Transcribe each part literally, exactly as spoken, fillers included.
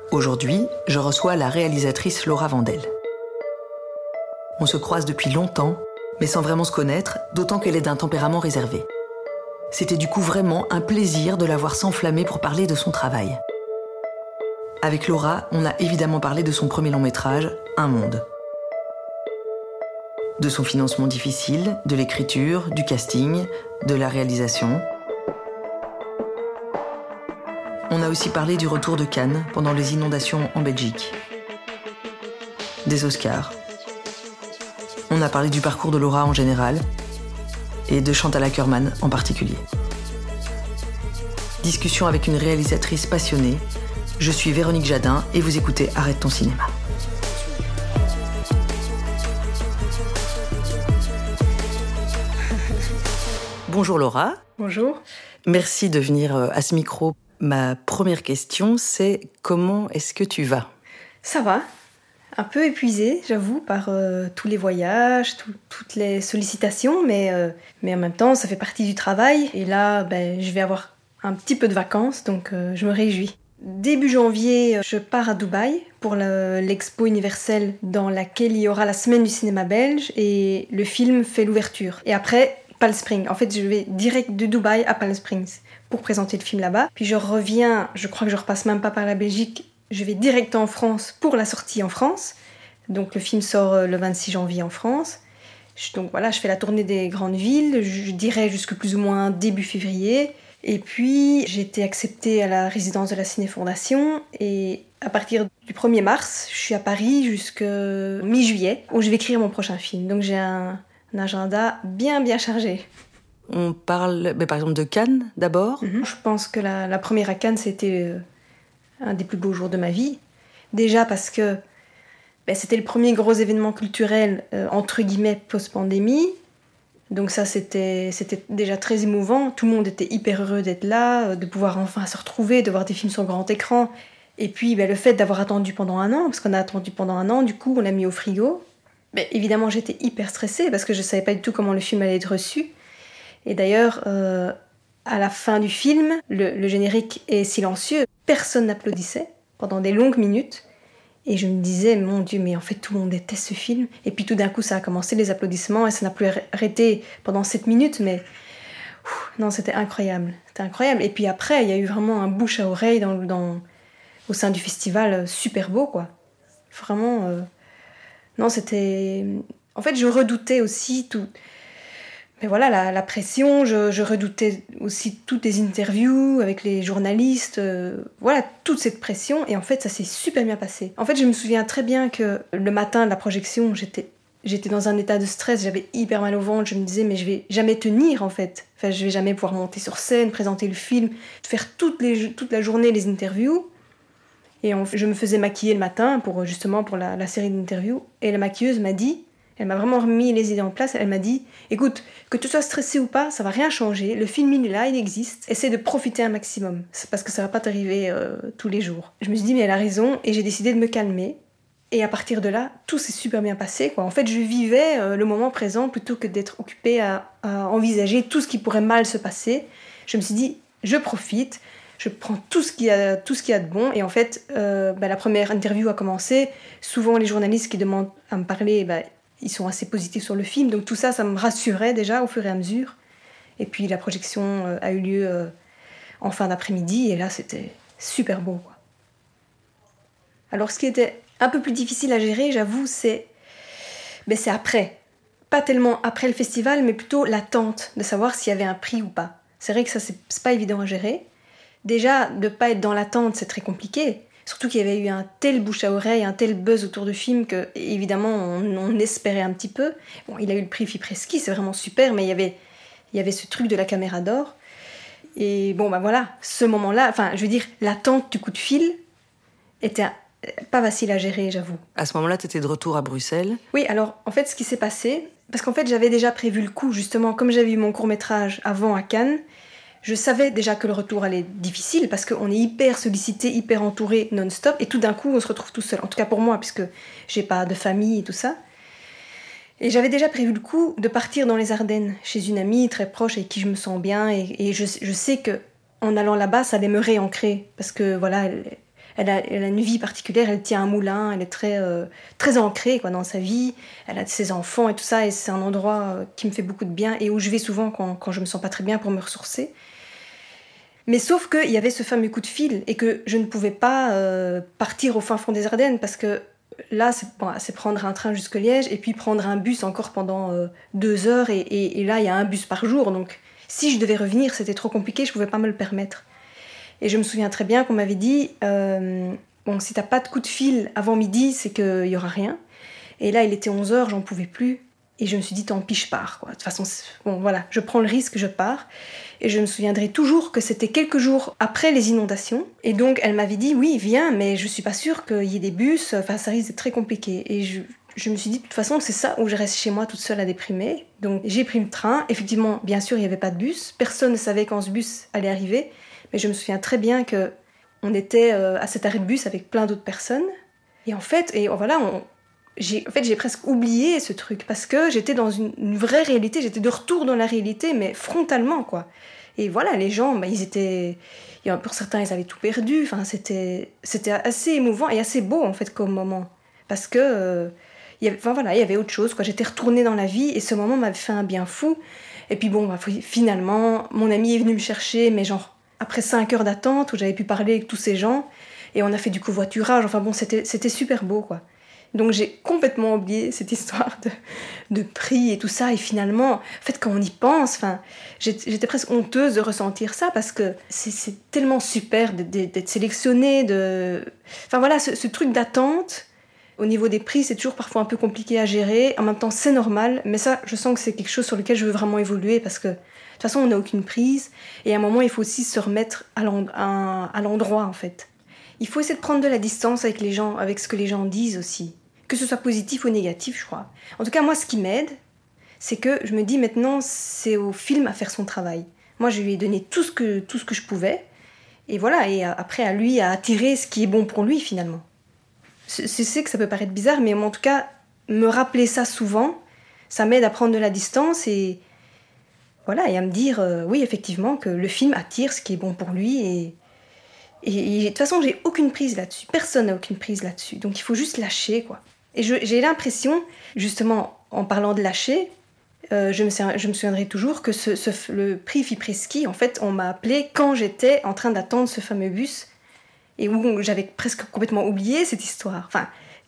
Aujourd'hui, je reçois la réalisatrice Laura Vandel. On se croise depuis longtemps, mais sans vraiment se connaître, d'autant qu'elle est d'un tempérament réservé. C'était du coup vraiment un plaisir de la voir s'enflammer pour parler de son travail. Avec Laura, on a évidemment parlé de son premier long métrage, Un monde. De son financement difficile, de l'écriture, du casting, de la réalisation. On a aussi parlé du retour de Cannes pendant les inondations en Belgique. Des Oscars. On a parlé du parcours de Laura en général et de Chantal Akerman en particulier. Discussion avec une réalisatrice passionnée. Je suis Véronique Jadin et vous écoutez Arrête ton cinéma. Bonjour Laura. Bonjour. Merci de venir à ce micro. Ma première question, c'est comment est-ce que tu vas ? Ça va. Un peu épuisée, j'avoue, par euh, tous les voyages, tout, toutes les sollicitations, mais, euh, mais en même temps, ça fait partie du travail. Et là, ben, je vais avoir un petit peu de vacances, donc euh, je me réjouis. Début janvier, je pars à Dubaï pour le, l'expo universelle dans laquelle il y aura la semaine du cinéma belge et le film fait l'ouverture. Et après, Palm Springs. En fait, je vais direct de Dubaï à Palm Springs pour présenter le film là-bas. Puis je reviens, je crois que je repasse même pas par la Belgique, je vais direct en France pour la sortie en France. Donc le film sort le vingt-six janvier en France. Donc voilà, je fais la tournée des grandes villes, je dirais jusque plus ou moins début février. Et puis j'ai été acceptée à la résidence de la Ciné Fondation et à partir du premier mars, je suis à Paris jusqu'à mi-juillet où je vais écrire mon prochain film. Donc j'ai un, un agenda bien bien chargé. On parle mais par exemple de Cannes d'abord. Mm-hmm. Je pense que la, la première à Cannes, c'était euh, un des plus beaux jours de ma vie. Déjà parce que ben, c'était le premier gros événement culturel, euh, entre guillemets, post-pandémie. Donc ça, c'était, c'était déjà très émouvant. Tout le monde était hyper heureux d'être là, de pouvoir enfin se retrouver, de voir des films sur grand écran. Et puis ben, le fait d'avoir attendu pendant un an, parce qu'on a attendu pendant un an, du coup, on l'a mis au frigo. Ben, évidemment, j'étais hyper stressée parce que je ne savais pas du tout comment le film allait être reçu. Et d'ailleurs, euh, à la fin du film, le, le générique est silencieux. Personne n'applaudissait pendant des longues minutes. Et je me disais, mon Dieu, mais en fait, tout le monde déteste ce film. Et puis tout d'un coup, ça a commencé, les applaudissements, et ça n'a plus arrêté pendant sept minutes. Mais ouf, non, c'était incroyable. C'était incroyable. Et puis après, il y a eu vraiment un bouche à oreille dans, dans, au sein du festival, super beau, quoi. Vraiment, euh... non, c'était... En fait, je redoutais aussi tout... Mais voilà, la, la pression, je, je redoutais aussi toutes les interviews avec les journalistes, euh, voilà, toute cette pression, et en fait, ça s'est super bien passé. En fait, je me souviens très bien que le matin de la projection, j'étais, j'étais dans un état de stress, j'avais hyper mal au ventre, je me disais, mais je vais jamais tenir, en fait. Enfin, je vais jamais pouvoir monter sur scène, présenter le film, faire toutes les, toute la journée les interviews. Et on, je me faisais maquiller le matin, pour, justement, pour la, la série d'interviews, et la maquilleuse m'a dit... Elle m'a vraiment remis les idées en place. Elle m'a dit, écoute, que tu sois stressé ou pas, ça va rien changer. Le film, il est là, il existe. Essaie de profiter un maximum. C'est parce que ça va pas t'arriver euh, tous les jours. Je me suis dit, mais elle a raison. Et j'ai décidé de me calmer. Et à partir de là, tout s'est super bien passé, quoi. En fait, je vivais euh, le moment présent plutôt que d'être occupée à, à envisager tout ce qui pourrait mal se passer. Je me suis dit, je profite. Je prends tout ce qu'il y a, tout ce qu'il y a de bon. Et en fait, euh, bah, la première interview a commencé. Souvent, les journalistes qui demandent à me parler... Bah, ils sont assez positifs sur le film, donc tout ça, ça me rassurait déjà au fur et à mesure. Et puis la projection euh, a eu lieu euh, en fin d'après-midi, et là, c'était super beau, quoi. Alors, ce qui était un peu plus difficile à gérer, j'avoue, c'est, ben, c'est après. Pas tellement après le festival, mais plutôt l'attente de savoir s'il y avait un prix ou pas. C'est vrai que ça, c'est, c'est pas évident à gérer. Déjà, de pas être dans l'attente, c'est très compliqué. Surtout qu'il y avait eu un tel bouche à oreille, un tel buzz autour du film que, évidemment, on, on espérait un petit peu. Bon, il a eu le prix Fipreschi, c'est vraiment super, mais il y avait, il y avait ce truc de la caméra d'or. Et bon, ben voilà, ce moment-là, enfin, je veux dire, l'attente du coup de fil était pas facile à gérer, j'avoue. À ce moment-là, tu étais de retour à Bruxelles ? Oui, alors, en fait, ce qui s'est passé, parce qu'en fait, j'avais déjà prévu le coup, justement, comme j'avais eu mon court-métrage avant à Cannes, je savais déjà que le retour allait être difficile parce qu'on est hyper sollicité, hyper entouré non-stop et tout d'un coup on se retrouve tout seul. En tout cas pour moi, puisque j'ai pas de famille et tout ça. Et j'avais déjà prévu le coup de partir dans les Ardennes chez une amie très proche avec qui je me sens bien et, et je, je sais que en allant là-bas, ça allait me réancrer parce que voilà, elle, elle a, elle a une vie particulière, elle tient un moulin, elle est très, euh, très ancrée quoi, dans sa vie, elle a ses enfants et tout ça, et c'est un endroit euh, qui me fait beaucoup de bien et où je vais souvent quand, quand je me sens pas très bien pour me ressourcer. Mais sauf qu'il y avait ce fameux coup de fil et que je ne pouvais pas euh, partir au fin fond des Ardennes parce que là, c'est, bon, c'est prendre un train jusque Liège et puis prendre un bus encore pendant euh, deux heures. Et, et, et là, il y a un bus par jour. Donc, si je devais revenir, c'était trop compliqué, je ne pouvais pas me le permettre. Et je me souviens très bien qu'on m'avait dit euh, bon, si tu n'as pas de coup de fil avant midi, c'est qu'il n'y aura rien. Et là, il était onze heures, j'en pouvais plus. Et je me suis dit, tant pis, je pars, quoi. De toute façon, bon, voilà, je prends le risque, je pars. Et je me souviendrai toujours que c'était quelques jours après les inondations. Et donc, elle m'avait dit, oui, viens, mais je suis pas sûre qu'il y ait des bus. Enfin, ça risque d'être très compliqué. Et je, je me suis dit, de toute façon, c'est ça où je reste chez moi toute seule à déprimer. Donc, j'ai pris le train. Effectivement, bien sûr, il n'y avait pas de bus. Personne ne savait quand ce bus allait arriver. Mais je me souviens très bien qu'on était à cet arrêt de bus avec plein d'autres personnes. Et en fait, et voilà, on... J'ai, en fait, j'ai presque oublié ce truc parce que j'étais dans une, une vraie réalité, j'étais de retour dans la réalité, mais frontalement, quoi. Et voilà, les gens, bah, ils étaient... Pour certains, ils avaient tout perdu. Enfin, c'était, c'était assez émouvant et assez beau, en fait, comme moment. Parce que... Euh, y avait, enfin, voilà, il y avait autre chose, quoi. J'étais retournée dans la vie et ce moment m'avait fait un bien fou. Et puis bon, bah, finalement, mon ami est venu me chercher, mais genre, après cinq heures d'attente, où j'avais pu parler avec tous ces gens, et on a fait du covoiturage. Enfin bon, c'était, c'était super beau, quoi. Donc j'ai complètement oublié cette histoire de, de prix et tout ça. Et finalement, en fait, quand on y pense, enfin, j'étais, j'étais presque honteuse de ressentir ça parce que c'est, c'est tellement super d'être, d'être sélectionnée. De... Enfin voilà, ce, ce truc d'attente, au niveau des prix, c'est toujours parfois un peu compliqué à gérer. En même temps, c'est normal. Mais ça, je sens que c'est quelque chose sur lequel je veux vraiment évoluer parce que de toute façon, on n'a aucune prise. Et à un moment, il faut aussi se remettre à, l'end- à, à l'endroit, en fait. Il faut essayer de prendre de la distance avec les gens, avec ce que les gens disent aussi. Que ce soit positif ou négatif, je crois. En tout cas, moi, ce qui m'aide, c'est que je me dis maintenant, c'est au film à faire son travail. Moi, je lui ai donné tout ce que, tout ce que je pouvais. Et voilà, et après, à lui, à attirer ce qui est bon pour lui, finalement. Je sais que ça peut paraître bizarre, mais en tout cas, me rappeler ça souvent, ça m'aide à prendre de la distance et, voilà, et à me dire, euh, oui, effectivement, que le film attire ce qui est bon pour lui et... Et, et de toute façon, j'ai aucune prise là-dessus. Personne n'a aucune prise là-dessus. Donc il faut juste lâcher, quoi. Et je, j'ai l'impression, justement, en parlant de lâcher, euh, je, me, je me souviendrai toujours que ce, ce, le prix Fipreschi, en fait, on m'a appelé quand j'étais en train d'attendre ce fameux bus et où j'avais presque complètement oublié cette histoire. Enfin,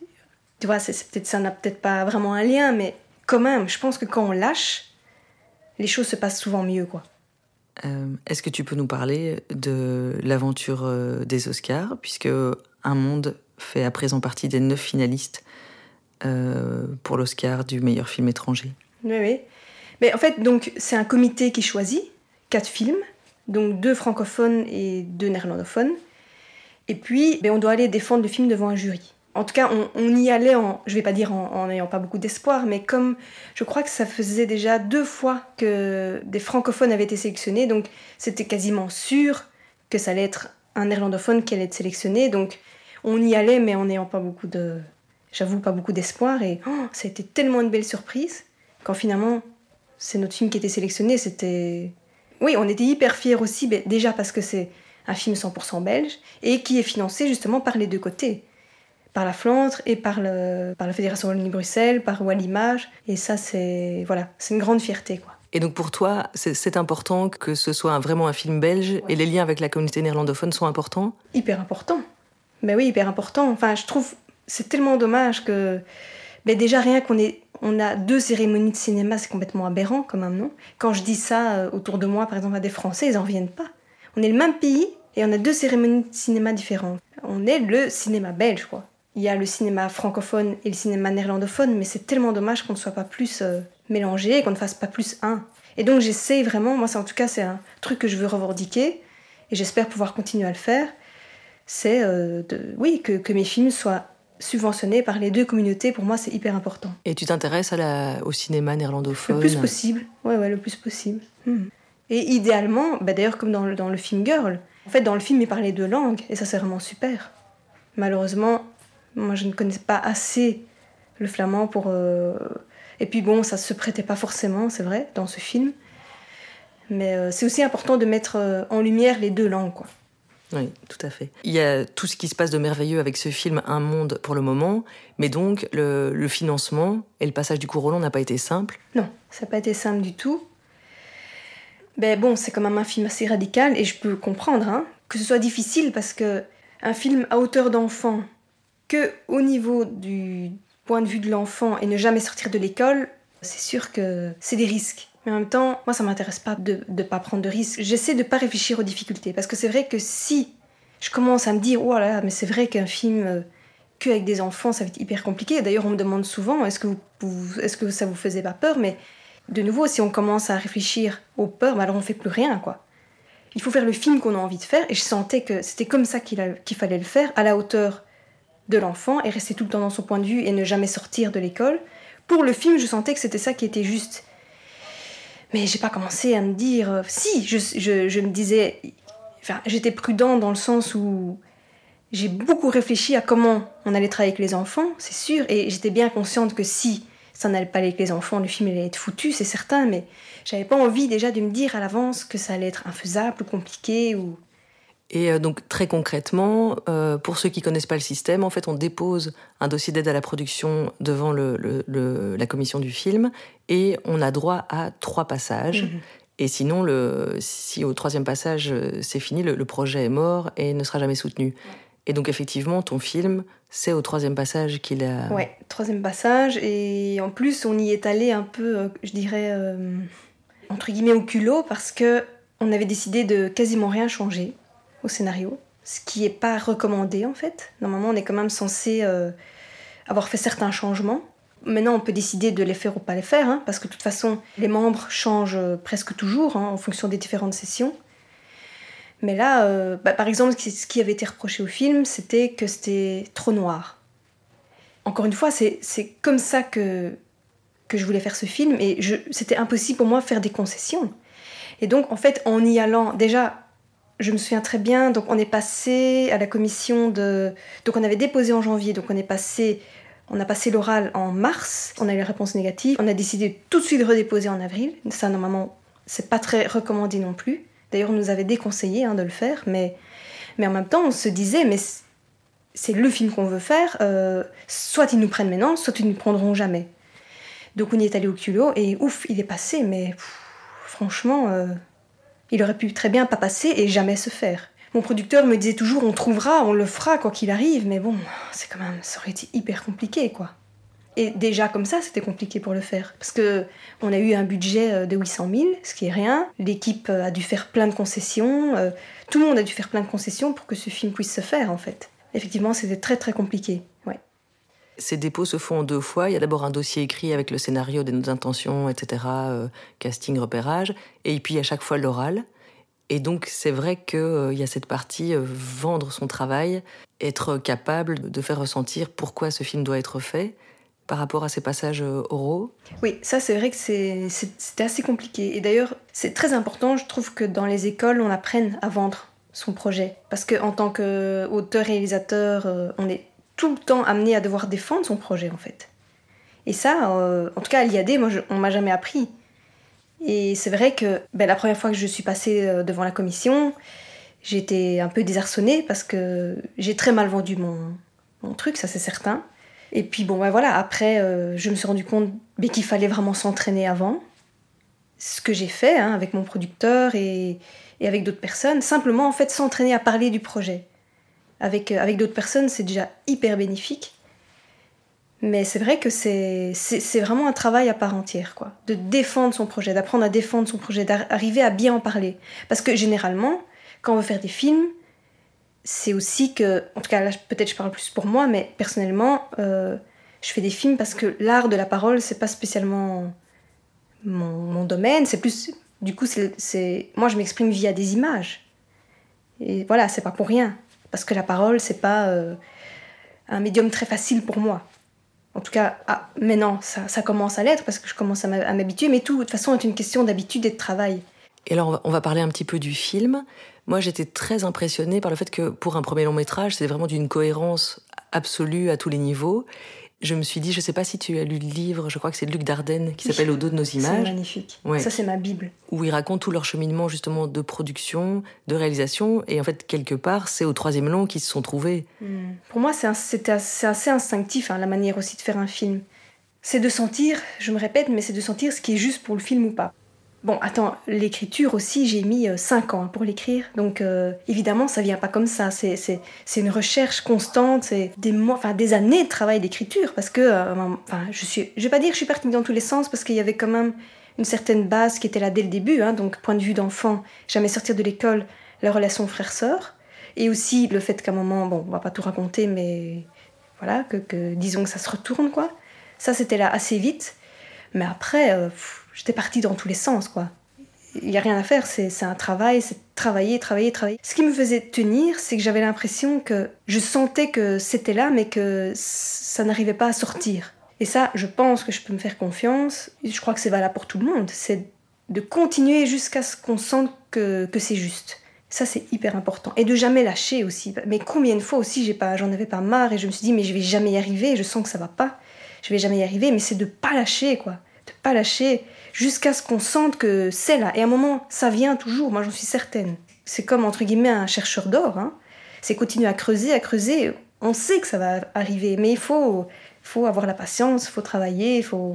tu vois, c'est, c'est peut-être, ça n'a peut-être pas vraiment un lien, mais quand même, je pense que quand on lâche, les choses se passent souvent mieux, quoi. Euh, est-ce que tu peux nous parler de l'aventure euh, des Oscars, puisque Un Monde fait à présent partie des neuf finalistes euh, pour l'Oscar du meilleur film étranger? Oui, oui. Mais en fait, donc, c'est un comité qui choisit quatre films, donc deux francophones et deux néerlandophones. Et puis, ben, on doit aller défendre le film devant un jury. En tout cas, on, on y allait, en, je ne vais pas dire en n'ayant pas beaucoup d'espoir, mais comme je crois que ça faisait déjà deux fois que des francophones avaient été sélectionnés, donc c'était quasiment sûr que ça allait être un néerlandophone qui allait être sélectionné. Donc on y allait, mais en n'ayant pas beaucoup de, j'avoue, pas beaucoup d'espoir. Et oh, ça a été tellement une belle surprise quand finalement c'est notre film qui était sélectionné. C'était, oui, on était hyper fiers aussi, ben, déjà parce que c'est un film cent pour cent belge et qui est financé justement par les deux côtés. Par la Flandre et par, le, par la Fédération Wallonie-Bruxelles, par Wallimage. Et ça, c'est, voilà, c'est une grande fierté, quoi. Et donc pour toi, c'est, c'est important que ce soit un, vraiment un film belge, ouais. Et les liens avec la communauté néerlandophone sont importants? Hyper important. Ben oui, hyper important. Enfin, je trouve, c'est tellement dommage que... Ben déjà, rien qu'on ait, on a deux cérémonies de cinéma, c'est complètement aberrant, quand même, non? Quand je dis ça euh, autour de moi, par exemple, à des Français, ils n'en reviennent pas. On est le même pays et on a deux cérémonies de cinéma différentes. On est le cinéma belge, quoi. Il y a le cinéma francophone et le cinéma néerlandophone, mais c'est tellement dommage qu'on ne soit pas plus euh, mélangés et qu'on ne fasse pas plus un. Et donc j'essaie vraiment, moi c'est, en tout cas c'est un truc que je veux revendiquer, et j'espère pouvoir continuer à le faire, c'est euh, de, oui, que, que mes films soient subventionnés par les deux communautés. Pour moi c'est hyper important. Et tu t'intéresses à la, au cinéma néerlandophone? Le plus possible, ouais, ouais, le plus possible. Mmh. Et idéalement, bah d'ailleurs comme dans le, dans le film Girl, en fait dans le film il parlait deux langues, et ça c'est vraiment super. Malheureusement, moi, je ne connaissais pas assez le flamand pour... Euh... Et puis bon, ça ne se prêtait pas forcément, c'est vrai, dans ce film. Mais euh, c'est aussi important de mettre euh, en lumière les deux langues, quoi. Oui, tout à fait. Il y a tout ce qui se passe de merveilleux avec ce film Un Monde pour le moment, mais donc le, le financement et le passage du cours Roland n'a pas été simple. Non, ça n'a pas été simple du tout. Ben bon, c'est quand même un film assez radical et je peux comprendre hein, que ce soit difficile parce que un film à hauteur d'enfant, que au niveau du point de vue de l'enfant et ne jamais sortir de l'école, c'est sûr que c'est des risques. Mais en même temps, moi, ça ne m'intéresse pas de ne pas prendre de risques. J'essaie de ne pas réfléchir aux difficultés. Parce que c'est vrai que si je commence à me dire « Oh là là, mais c'est vrai qu'un film euh, qu'avec des enfants, ça va être hyper compliqué. » D'ailleurs, on me demande souvent « Est-ce que, vous, vous, est-ce que ça vous faisait pas peur ?» Mais de nouveau, si on commence à réfléchir aux peurs, bah alors on ne fait plus rien, quoi. Il faut faire le film qu'on a envie de faire. Et je sentais que c'était comme ça qu'il, a, qu'il fallait le faire, à la hauteur de l'enfant, et rester tout le temps dans son point de vue et ne jamais sortir de l'école. Pour le film, je sentais que c'était ça qui était juste. Mais j'ai pas commencé à me dire... Euh, si, je, je, je me disais... Enfin, j'étais prudente dans le sens où j'ai beaucoup réfléchi à comment on allait travailler avec les enfants, c'est sûr, et j'étais bien consciente que si ça n'allait pas aller avec les enfants, le film allait être foutu, c'est certain, mais j'avais pas envie déjà de me dire à l'avance que ça allait être infaisable ou compliqué ou... Et donc, très concrètement, euh, pour ceux qui connaissent pas le système, en fait, on dépose un dossier d'aide à la production devant le, le, le, la commission du film et on a droit à trois passages. Mmh. Et sinon, le, si au troisième passage, c'est fini, le, le projet est mort et ne sera jamais soutenu. Ouais. Et donc, effectivement, ton film, c'est au troisième passage qu'il a... Ouais, troisième passage. Et en plus, on y est allé un peu, euh, je dirais, euh, entre guillemets, au culot, parce qu'on avait décidé de quasiment rien changer au scénario, ce qui n'est pas recommandé en fait. Normalement, on est quand même censé euh, avoir fait certains changements. Maintenant, on peut décider de les faire ou pas les faire, hein, parce que de toute façon, les membres changent presque toujours hein, en fonction des différentes sessions. Mais là, euh, bah, par exemple, ce qui avait été reproché au film, c'était que c'était trop noir. Encore une fois, c'est, c'est comme ça que, que je voulais faire ce film, et je, c'était impossible pour moi de faire des concessions. Et donc, en fait, en y allant, déjà... Je me souviens très bien, donc on est passé à la commission de... Donc on avait déposé en janvier, donc on est passé... On a passé l'oral en mars, on a eu la réponse négative, on a décidé tout de suite de redéposer en avril. Ça, normalement, c'est pas très recommandé non plus. D'ailleurs, on nous avait déconseillé hein, de le faire, mais... mais en même temps, on se disait, mais c'est le film qu'on veut faire, euh, soit ils nous prennent maintenant, soit ils ne nous prendront jamais. Donc on y est allé au culot, et ouf, il est passé, mais pff, franchement... Euh... Il aurait pu très bien pas passer et jamais se faire. Mon producteur me disait toujours, on trouvera, on le fera quoi qu'il arrive, mais bon, c'est quand même, ça aurait été hyper compliqué, quoi. Et déjà comme ça, c'était compliqué pour le faire, parce que on a eu un budget de huit cent mille, ce qui est rien. L'équipe a dû faire plein de concessions, euh, tout le monde a dû faire plein de concessions pour que ce film puisse se faire, en fait. Effectivement, c'était très très compliqué, ouais. Ces dépôts se font en deux fois. Il y a d'abord un dossier écrit avec le scénario des notes d'intention, et cetera, euh, casting, repérage, et puis à chaque fois l'oral. Et donc c'est vrai qu'il euh, y a cette partie euh, vendre son travail, être capable de faire ressentir pourquoi ce film doit être fait par rapport à ces passages euh, oraux. Oui, ça c'est vrai que c'est, c'est, c'était assez compliqué. Et d'ailleurs, c'est très important, je trouve, que dans les écoles, on apprenne à vendre son projet. Parce qu'en tant qu'auteur-réalisateur, euh, on est tout le temps amené à devoir défendre son projet, en fait. Et ça, euh, en tout cas, à l'I A D, moi, je, on m'a jamais appris. Et c'est vrai que ben, la première fois que je suis passée euh, devant la commission, j'ai été un peu désarçonnée parce que j'ai très mal vendu mon, mon truc, ça c'est certain. Et puis bon, ben voilà, après, euh, je me suis rendu compte ben, qu'il fallait vraiment s'entraîner avant. Ce que j'ai fait hein, avec mon producteur et, et avec d'autres personnes, simplement en fait s'entraîner à parler du projet. Avec, avec d'autres personnes, c'est déjà hyper bénéfique. Mais c'est vrai que c'est, c'est, c'est vraiment un travail à part entière, quoi. De défendre son projet, d'apprendre à défendre son projet, d'arriver à bien en parler. Parce que généralement, quand on veut faire des films, c'est aussi que... En tout cas, là, peut-être je parle plus pour moi, mais personnellement, euh, je fais des films parce que l'art de la parole, c'est pas spécialement mon, mon domaine. C'est plus... Du coup, c'est, c'est, moi, je m'exprime via des images. Et voilà, c'est pas pour rien. Parce que la parole, c'est pas euh, un médium très facile pour moi. En tout cas, ah, maintenant, ça, ça commence à l'être parce que je commence à m'habituer. Mais tout, de toute façon, c'est une question d'habitude et de travail. Et alors, on va, on va parler un petit peu du film. Moi, j'étais très impressionnée par le fait que, pour un premier long métrage, c'est vraiment d'une cohérence absolue à tous les niveaux. je me suis dit, je ne sais pas si tu as lu le livre, je crois que c'est de Luc Dardenne, qui s'appelle « Au dos de nos images ». C'est magnifique. Ouais. Ça, c'est ma Bible. Où il raconte tout leur cheminement, justement, de production, de réalisation. Et en fait, quelque part, c'est au troisième long qu'ils se sont trouvés. Mmh. Pour moi, c'est, un, c'est, assez, c'est assez instinctif, hein, la manière aussi de faire un film. C'est de sentir, je me répète, mais c'est de sentir ce qui est juste pour le film ou pas. Bon, attends, l'écriture aussi, j'ai mis euh, cinq ans pour l'écrire. Donc, euh, évidemment, ça vient pas comme ça. C'est, c'est, c'est une recherche constante, c'est des mois, enfin, des années de travail d'écriture. Parce que, euh, enfin, je suis, je vais pas dire que je suis partie dans tous les sens, parce qu'il y avait quand même une certaine base qui était là dès le début. Hein, donc, point de vue d'enfant, jamais sortir de l'école, la relation frère-sœur. Et aussi le fait qu'à un moment, bon, on va pas tout raconter, mais voilà, que, que disons que ça se retourne, quoi. Ça, c'était là assez vite. Mais après... Euh, pff, j'étais partie dans tous les sens, quoi. Il n'y a rien à faire, c'est, c'est un travail, c'est travailler, travailler, travailler. Ce qui me faisait tenir, c'est que j'avais l'impression que je sentais que c'était là, mais que ça n'arrivait pas à sortir. Et ça, je pense que je peux me faire confiance. Je crois que c'est valable pour tout le monde. C'est de continuer jusqu'à ce qu'on sente que, que c'est juste. Ça, c'est hyper important. Et de jamais lâcher aussi. Mais combien de fois aussi, j'ai pas, j'en avais pas marre et je me suis dit, mais je vais jamais y arriver, je sens que ça va pas. Je vais jamais y arriver, mais c'est de pas lâcher, quoi. De pas lâcher... jusqu'à ce qu'on sente que c'est là. Et à un moment, ça vient toujours, moi j'en suis certaine. C'est comme, entre guillemets, un chercheur d'or. Hein. C'est continuer à creuser, à creuser. On sait que ça va arriver, mais il faut, faut avoir la patience, il faut travailler, il faut...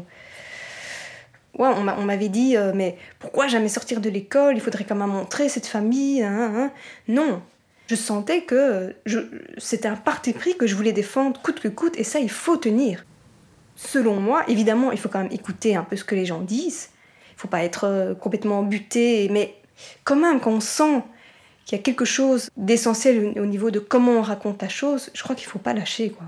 Ouais, on, m'a, on m'avait dit, euh, mais pourquoi jamais sortir de l'école? Il faudrait quand même montrer cette famille. Hein, hein. Non, je sentais que je, c'était un parti pris que je voulais défendre coûte que coûte, et ça, il faut tenir. Selon moi, évidemment, il faut quand même écouter un peu ce que les gens disent. Il ne faut pas être euh, complètement buté, mais quand même, quand on sent qu'il y a quelque chose d'essentiel au niveau de comment on raconte la chose, je crois qu'il ne faut pas lâcher, quoi.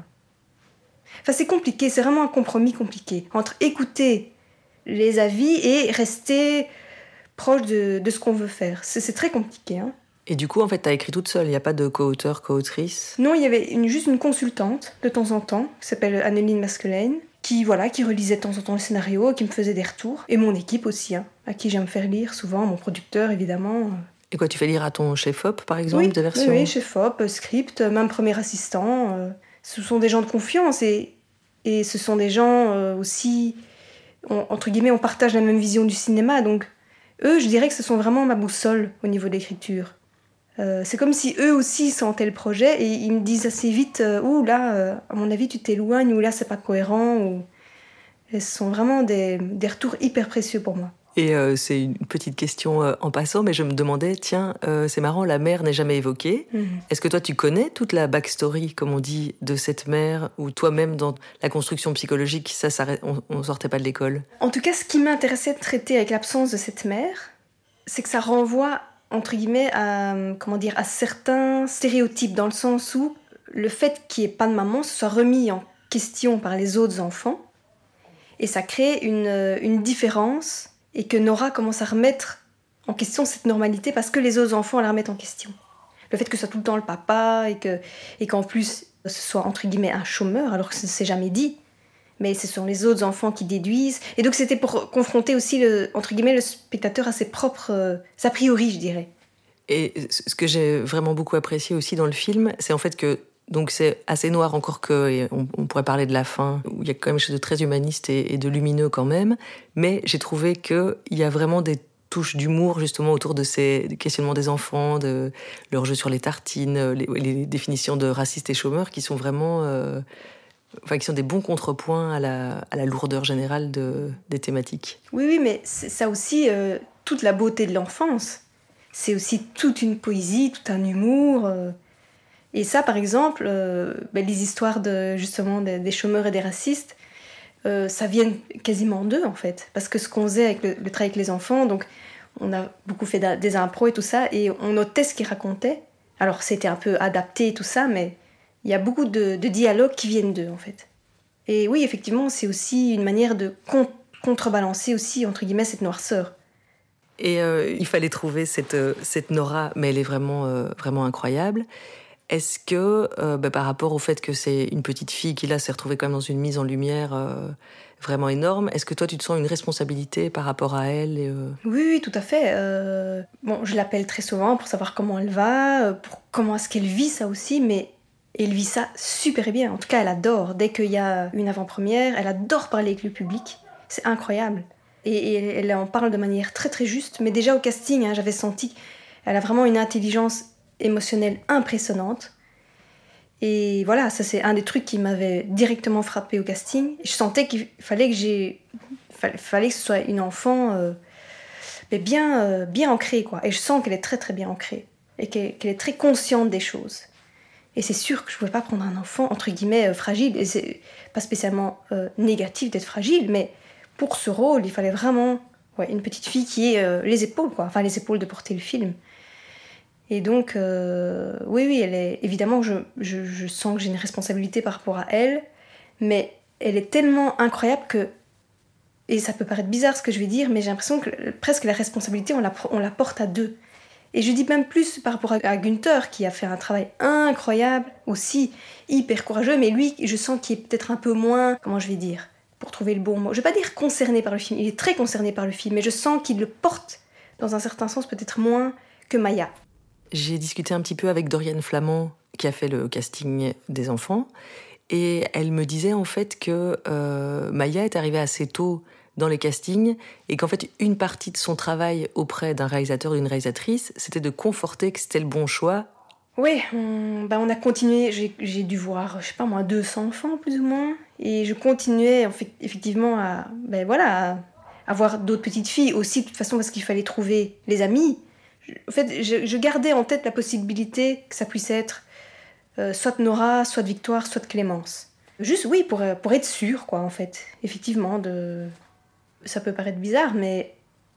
Enfin, c'est compliqué, c'est vraiment un compromis compliqué entre écouter les avis et rester proche de, de ce qu'on veut faire. C'est, c'est très compliqué, hein. Et du coup, en fait, t'as écrit toute seule, il n'y a pas de co-auteur, co-autrice? Non, il y avait une, juste une consultante, de temps en temps, qui s'appelle Anneline Masquelaine, qui, voilà, qui relisait de temps en temps le scénario, qui me faisait des retours. Et mon équipe aussi, hein, à qui j'aime faire lire souvent, mon producteur, évidemment. Et quoi, tu fais lire à ton chef-op, par exemple, oui, des versions? Oui, oui, chef-op, script, même premier assistant. Euh, ce sont des gens de confiance et, et ce sont des gens euh, aussi... On, entre guillemets, on partage la même vision du cinéma, donc eux, je dirais que ce sont vraiment ma boussole au niveau de l'écriture. Euh, c'est comme si eux aussi sentaient le projet et ils me disent assez vite euh, « Ouh, là, euh, à mon avis, tu t'éloignes » ou « Là, c'est pas cohérent » ou... Et ce sont vraiment des, des retours hyper précieux pour moi. Et euh, c'est une petite question euh, en passant, mais je me demandais, tiens, euh, c'est marrant, la mère n'est jamais évoquée. Mm-hmm. Est-ce que toi, tu connais toute la backstory, comme on dit, de cette mère, ou toi-même, dans la construction psychologique, ça, ça on ne sortait pas de l'école? En tout cas, ce qui m'intéressait de traiter avec l'absence de cette mère, c'est que ça renvoie, entre guillemets, à, comment dire, à certains stéréotypes, dans le sens où le fait qu'il n'y ait pas de maman se soit remis en question par les autres enfants, et ça crée une, une différence, et que Nora commence à remettre en question cette normalité parce que les autres enfants la remettent en question. Le fait que ce soit tout le temps le papa, et, que, et qu'en plus ce soit entre guillemets un chômeur, alors que ce ne s'est jamais dit, mais ce sont les autres enfants qui déduisent. Et donc c'était pour confronter aussi le, entre guillemets, le spectateur à ses propres euh, a priori, je dirais. Et ce que j'ai vraiment beaucoup apprécié aussi dans le film, c'est en fait que donc c'est assez noir encore que on, on pourrait parler de la fin où il y a quand même quelque chose de très humaniste et, et de lumineux quand même, mais j'ai trouvé que il y a vraiment des touches d'humour justement autour de ces questionnements des enfants, de leur jeu sur les tartines, les, les définitions de racistes et chômeurs qui sont vraiment euh, enfin qui sont des bons contrepoints à la, à la lourdeur générale de, des thématiques. Oui oui, mais c'est ça aussi euh, toute la beauté de l'enfance. C'est aussi toute une poésie, tout un humour. Euh... Et ça, par exemple, euh, ben, les histoires de, justement des, des chômeurs et des racistes, euh, ça vient quasiment d'eux, en fait. Parce que ce qu'on faisait avec le, le travail avec les enfants, donc on a beaucoup fait des impros et tout ça, et on notait ce qu'ils racontaient. Alors, c'était un peu adapté et tout ça, mais il y a beaucoup de, de dialogues qui viennent d'eux, en fait. Et oui, effectivement, c'est aussi une manière de con- contrebalancer aussi, entre guillemets, cette noirceur. Et euh, il fallait trouver cette, euh, cette Nora, mais elle est vraiment, euh, vraiment incroyable. Est-ce que, euh, bah, par rapport au fait que c'est une petite fille qui, là, s'est retrouvée quand même dans une mise en lumière euh, vraiment énorme, est-ce que toi, tu te sens une responsabilité par rapport à elle et, euh... Oui, oui, tout à fait. Euh, bon, je l'appelle très souvent pour savoir comment elle va, pour comment est-ce qu'elle vit ça aussi, mais Et elle vit ça super bien. En tout cas, elle adore. Dès qu'il y a une avant-première, elle adore parler avec le public. C'est incroyable. Et, et elle en parle de manière très très juste. Mais déjà au casting, hein, j'avais senti qu'elle a vraiment une intelligence émotionnelle impressionnante. Et voilà, ça c'est un des trucs qui m'avait directement frappée au casting. Je sentais qu'il fallait que j'ai, fallait, fallait que ce soit une enfant euh, mais bien, euh, bien ancrée, quoi. Et je sens qu'elle est très très bien ancrée et qu'elle, qu'elle est très consciente des choses. Et c'est sûr que je ne pouvais pas prendre un enfant entre guillemets euh, fragile. Et c'est pas spécialement euh, négatif d'être fragile, mais pour ce rôle, il fallait vraiment ouais, une petite fille qui ait euh, les épaules, quoi. Enfin les épaules de porter le film. Et donc, euh, oui, oui, elle est, évidemment, je, je, je sens que j'ai une responsabilité par rapport à elle, mais elle est tellement incroyable que, et ça peut paraître bizarre ce que je vais dire, mais j'ai l'impression que presque la responsabilité, on la, on la porte à deux. Et je dis même plus par rapport à Günther, qui a fait un travail incroyable, aussi hyper courageux, mais lui, je sens qu'il est peut-être un peu moins, comment je vais dire, pour trouver le bon mot. Je ne vais pas dire concerné par le film, il est très concerné par le film, mais je sens qu'il le porte, dans un certain sens, peut-être moins que Maya. J'ai discuté un petit peu avec Doriane Flamand, qui a fait le casting des enfants, et elle me disait en fait que euh, Maya est arrivée assez tôt dans les castings, et qu'en fait, une partie de son travail auprès d'un réalisateur ou d'une réalisatrice, c'était de conforter que c'était le bon choix. Oui, on, ben on a continué, j'ai, j'ai dû voir, je sais pas moi, deux cents enfants plus ou moins, et je continuais en fait, effectivement à, ben voilà, à, à voir d'autres petites filles aussi, de toute façon, parce qu'il fallait trouver les amis. En fait, je, je gardais en tête la possibilité que ça puisse être euh, soit Nora, soit Victoire, soit Clémence. Juste, oui, pour, pour être sûre, quoi, en fait. Effectivement, de... ça peut paraître bizarre, mais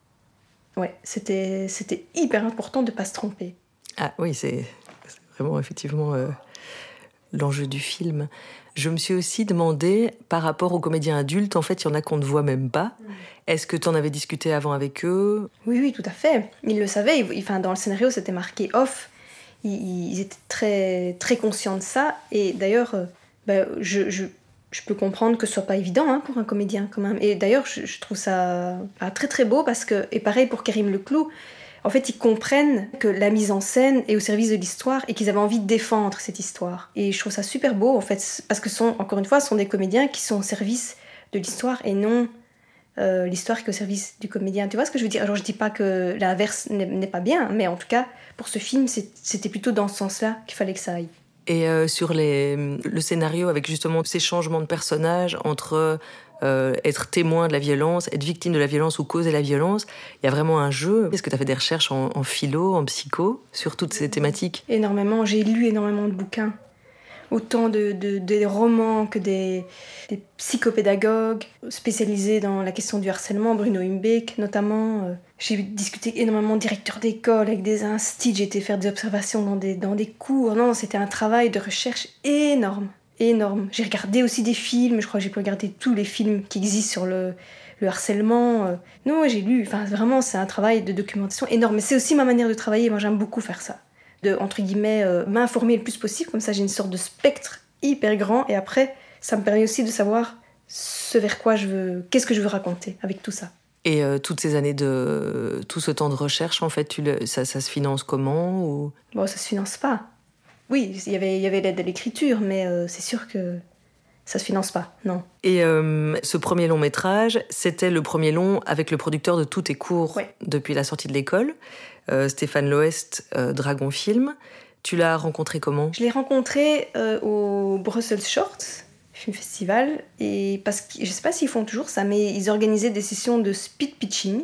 ouais, c'était, c'était hyper important de ne pas se tromper. Ah oui, c'est, c'est vraiment effectivement euh, l'enjeu du film. Je me suis aussi demandé, par rapport aux comédiens adultes, en fait, il y en a qu'on ne voit même pas. Mmh. Est-ce que tu en avais discuté avant avec eux ? Oui, oui, tout à fait. Ils le savaient. Ils, enfin, dans le scénario, c'était marqué off. Ils, ils étaient très, très conscients de ça. Et d'ailleurs, euh, bah, je, je, je peux comprendre que ce soit pas évident hein, pour un comédien, quand même. Et d'ailleurs, je, je trouve ça bah, très, très beau parce que... Et pareil pour Karim Leclou. En fait, ils comprennent que la mise en scène est au service de l'histoire et qu'ils avaient envie de défendre cette histoire. Et je trouve ça super beau, en fait, parce que, sont, encore une fois, ce sont des comédiens qui sont au service de l'histoire et non euh, l'histoire qui est au service du comédien. Tu vois ce que je veux dire ? Alors, je dis pas que l'inverse n'est, n'est pas bien, mais en tout cas, pour ce film, c'est, c'était plutôt dans ce sens-là qu'il fallait que ça aille. Et euh, sur les, le scénario, avec justement ces changements de personnages entre... Euh, être témoin de la violence, être victime de la violence ou causer la violence. Il y a vraiment un jeu. Est-ce que tu as fait des recherches en, en philo, en psycho, sur toutes ces thématiques ? Énormément. J'ai lu énormément de bouquins. Autant de, de, des romans que des, des psychopédagogues spécialisés dans la question du harcèlement, Bruno Humbeck notamment. J'ai discuté énormément de directeurs d'école, avec des instits, j'ai été faire des observations dans des, dans des cours. Non, c'était un travail de recherche énorme. énorme. J'ai regardé aussi des films, je crois que j'ai pu regarder tous les films qui existent sur le, le harcèlement. Non, j'ai lu, enfin vraiment c'est un travail de documentation énorme, mais c'est aussi ma manière de travailler, moi j'aime beaucoup faire ça. De, entre guillemets, euh, m'informer le plus possible, comme ça j'ai une sorte de spectre hyper grand, et après ça me permet aussi de savoir ce vers quoi je veux, qu'est-ce que je veux raconter avec tout ça. Et euh, toutes ces années de, tout ce temps de recherche, en fait, tu le, ça, ça se finance comment ou... Bon, ça se finance pas. Oui, il y avait, il y avait l'aide à l'écriture, mais euh, c'est sûr que ça se finance pas, non. Et euh, ce premier long métrage, c'était le premier long avec le producteur de tous tes cours ouais. depuis la sortie de l'école, euh, Stéphane Loest, euh, Dragon Film. Tu l'as rencontré comment ? Je l'ai rencontré euh, au Brussels Shorts Film Festival, et parce que je sais pas s'ils font toujours ça, mais ils organisaient des sessions de speed pitching.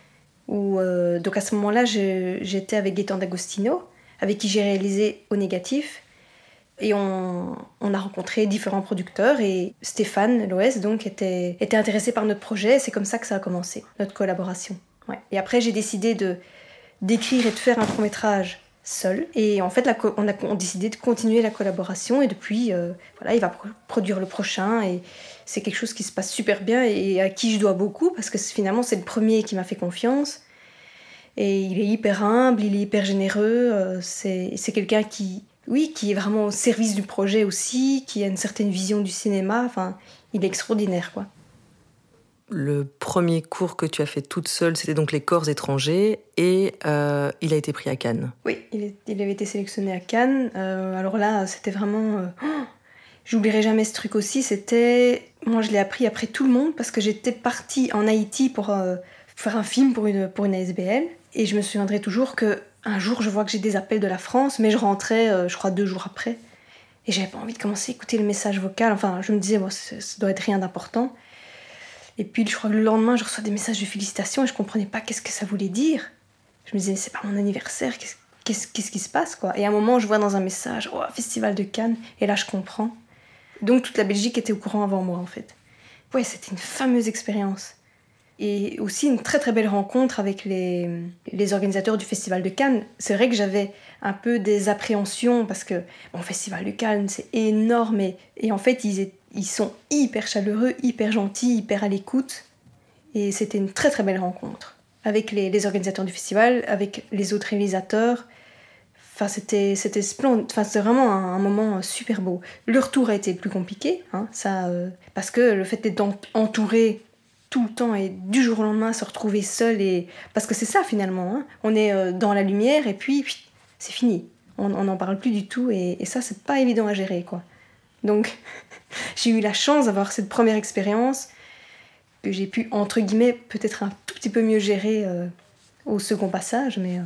Où, euh, donc à ce moment-là, je, j'étais avec Gaëtan D'Agostino, avec qui j'ai réalisé Au Négatif. Et on, on a rencontré différents producteurs et Stéphane Loès donc était, était intéressé par notre projet. C'est comme ça que ça a commencé, notre collaboration. Ouais. Et après, j'ai décidé de, d'écrire et de faire un court-métrage seul. Et en fait, la, on a on décidé de continuer la collaboration. Et depuis, euh, voilà, il va pro- produire le prochain. Et c'est quelque chose qui se passe super bien et à qui je dois beaucoup parce que finalement, c'est le premier qui m'a fait confiance. Et il est hyper humble, il est hyper généreux, euh, c'est, c'est quelqu'un qui, oui, qui est vraiment au service du projet aussi, qui a une certaine vision du cinéma, enfin, il est extraordinaire, quoi. le premier cours que tu as fait toute seule, c'était donc les corps étrangers, et euh, il a été pris à Cannes. Oui, il, est, il avait été sélectionné à Cannes. Euh, alors là, c'était vraiment... Euh, oh, j'oublierai jamais ce truc aussi, c'était... Moi, je l'ai appris après tout le monde, parce que j'étais partie en Haïti pour euh, faire un film pour une, pour une A S B L, et je me souviendrai toujours qu'un jour, je vois que j'ai des appels de la France, mais je rentrais, euh, je crois, deux jours après, et j'avais pas envie de commencer à écouter le message vocal. Enfin, je me disais, bon, ça, ça doit être rien d'important. Et puis, je crois que le lendemain, je reçois des messages de félicitations et je comprenais pas qu'est-ce que ça voulait dire. Je me disais, c'est pas mon anniversaire, qu'est-ce, qu'est-ce, qu'est-ce qui se passe, quoi. Et à un moment, je vois dans un message, oh, Festival de Cannes, et là, je comprends. Donc, toute la Belgique était au courant avant moi, en fait. Ouais, c'était une fameuse expérience. Et aussi une très très belle rencontre avec les, les organisateurs du Festival de Cannes. C'est vrai que j'avais un peu des appréhensions parce que bon, le Festival de Cannes, c'est énorme. Et, et en fait, ils, est, ils sont hyper chaleureux, hyper gentils, hyper à l'écoute. Et c'était une très très belle rencontre. Avec les, les organisateurs du festival, avec les autres réalisateurs. Enfin, c'était, c'était splendide. Enfin, c'était vraiment un, un moment super beau. Le retour a été plus compliqué, hein, ça, euh, parce que le fait d'être entouré tout le temps et du jour au lendemain se retrouver seul, et... parce que c'est ça finalement, hein. On est euh, dans la lumière et puis, puis c'est fini, on n'en parle plus du tout, et, et ça c'est pas évident à gérer, quoi. Donc j'ai eu la chance d'avoir cette première expérience que j'ai pu entre guillemets peut-être un tout petit peu mieux gérer euh, au second passage, mais euh...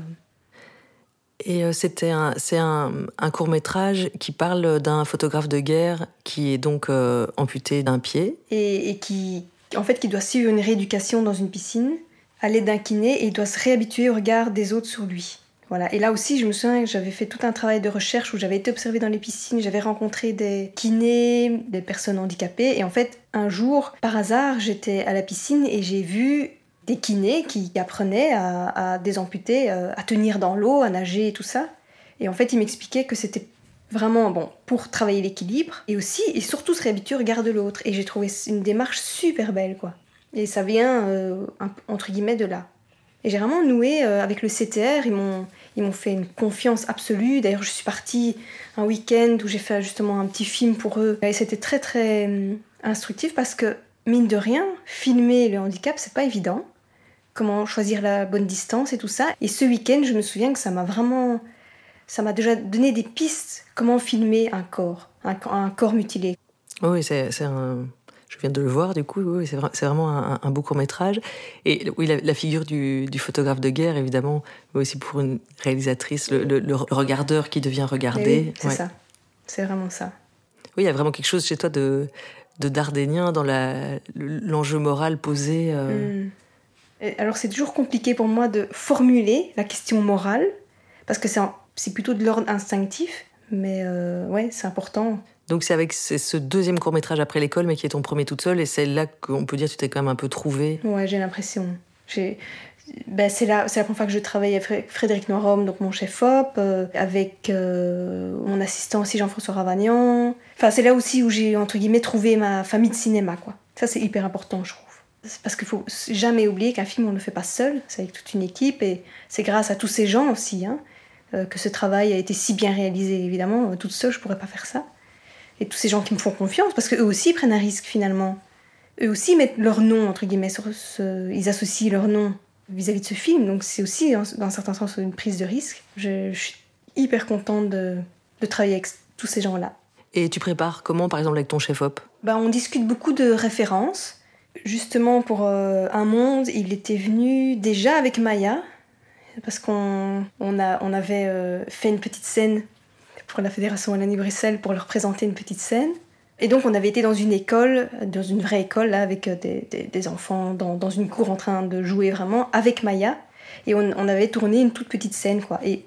Et euh, c'était un, c'est un, un court-métrage qui parle d'un photographe de guerre qui est donc euh, amputé d'un pied et, et qui en fait, qui doit suivre une rééducation dans une piscine à l'aide d'un kiné, et il doit se réhabituer au regard des autres sur lui. Voilà. Et là aussi, je me souviens que j'avais fait tout un travail de recherche où j'avais été observée dans les piscines, j'avais rencontré des kinés, des personnes handicapées, et en fait, un jour, par hasard, j'étais à la piscine et j'ai vu des kinés qui apprenaient à, à des amputés à tenir dans l'eau, à nager et tout ça. Et en fait, ils m'expliquaient que c'était vraiment bon pour travailler l'équilibre et aussi et surtout se réhabituer au regard de l'autre, et j'ai trouvé une démarche super belle, quoi, et ça vient euh, un, entre guillemets de là, et j'ai vraiment noué euh, avec le C T R. Ils m'ont ils m'ont fait une confiance absolue. D'ailleurs, je suis partie un week-end où j'ai fait justement un petit film pour eux, et c'était très très euh, instructif parce que mine de rien, filmer le handicap, c'est pas évident. Comment choisir la bonne distance et tout ça, et ce week-end, je me souviens que ça m'a vraiment ça m'a déjà donné des pistes, comment filmer un corps, un, un corps mutilé. Oui, c'est, c'est un... je viens de le voir, du coup, oui, c'est, c'est vraiment un, un beau court-métrage. Et oui, la, la figure du, du photographe de guerre, évidemment, mais aussi pour une réalisatrice, le, le, le regardeur qui devient regardé. Oui, c'est ouais. ça, c'est vraiment ça. Oui, il y a vraiment quelque chose chez toi de, de dardénien dans la, l'enjeu moral posé. Euh... Mmh. Alors, c'est toujours compliqué pour moi de formuler la question morale, parce que c'est un c'est plutôt de l'ordre instinctif, mais euh, ouais, c'est important. Donc c'est avec ce deuxième court-métrage après l'école, mais qui est ton premier toute seule, et c'est là qu'on peut dire que tu t'es quand même un peu trouvée. Ouais, j'ai l'impression. J'ai... Ben, c'est, la, c'est la première fois que je travaille avec Frédéric Noirom, donc mon chef-op, euh, avec euh, mon assistant aussi Jean-François Ravagnan. Enfin, c'est là aussi où j'ai, entre guillemets, trouvé ma famille de cinéma, quoi. Ça, c'est hyper important, je trouve. C'est parce qu'il faut jamais oublier qu'un film, on ne le fait pas seul, c'est avec toute une équipe, et c'est grâce à tous ces gens aussi, hein, que ce travail a été si bien réalisé. Évidemment, toute seule, je pourrais pas faire ça. Et tous ces gens qui me font confiance, parce qu'eux aussi prennent un risque, finalement. Eux aussi mettent leur nom, entre guillemets, sur ce... ils associent leur nom vis-à-vis de ce film. Donc c'est aussi, dans un certain sens, une prise de risque. Je, je suis hyper contente de, de travailler avec tous ces gens-là. Et tu prépares comment, par exemple, avec ton chef-op ? Ben, on discute beaucoup de références. Justement, pour euh, Un Monde, il était venu déjà avec Maya, parce qu'on on a, on avait euh, fait une petite scène pour la Fédération Wallonie-Bruxelles pour leur présenter une petite scène. Et donc on avait été dans une école, dans une vraie école, là, avec des, des, des enfants dans, dans une cour en train de jouer vraiment avec Maya. Et on, on avait tourné une toute petite scène, quoi. Et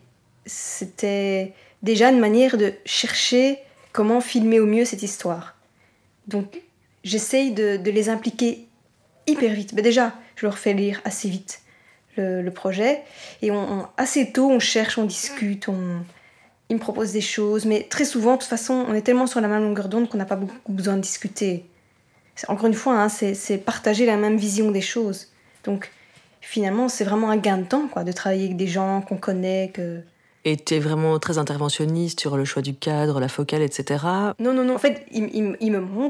c'était déjà une manière de chercher comment filmer au mieux cette histoire. Donc j'essaye de, de les impliquer hyper vite. Mais déjà, je leur fais lire assez vite le, le projet. Et on, on, assez tôt, on cherche, on discute, on... ils me proposent des choses. Mais très souvent, de toute façon, on est tellement sur la même longueur d'onde qu'on n'a pas beaucoup besoin de discuter. C'est, encore une fois, hein, c'est, c'est partager la même vision des choses. Donc, finalement, c'est vraiment un gain de temps, quoi, de travailler avec des gens qu'on connaît, que... Et tu es vraiment très interventionniste sur le choix du cadre, la focale, et cetera. Non, non, non. En fait, ils il, il me montrent.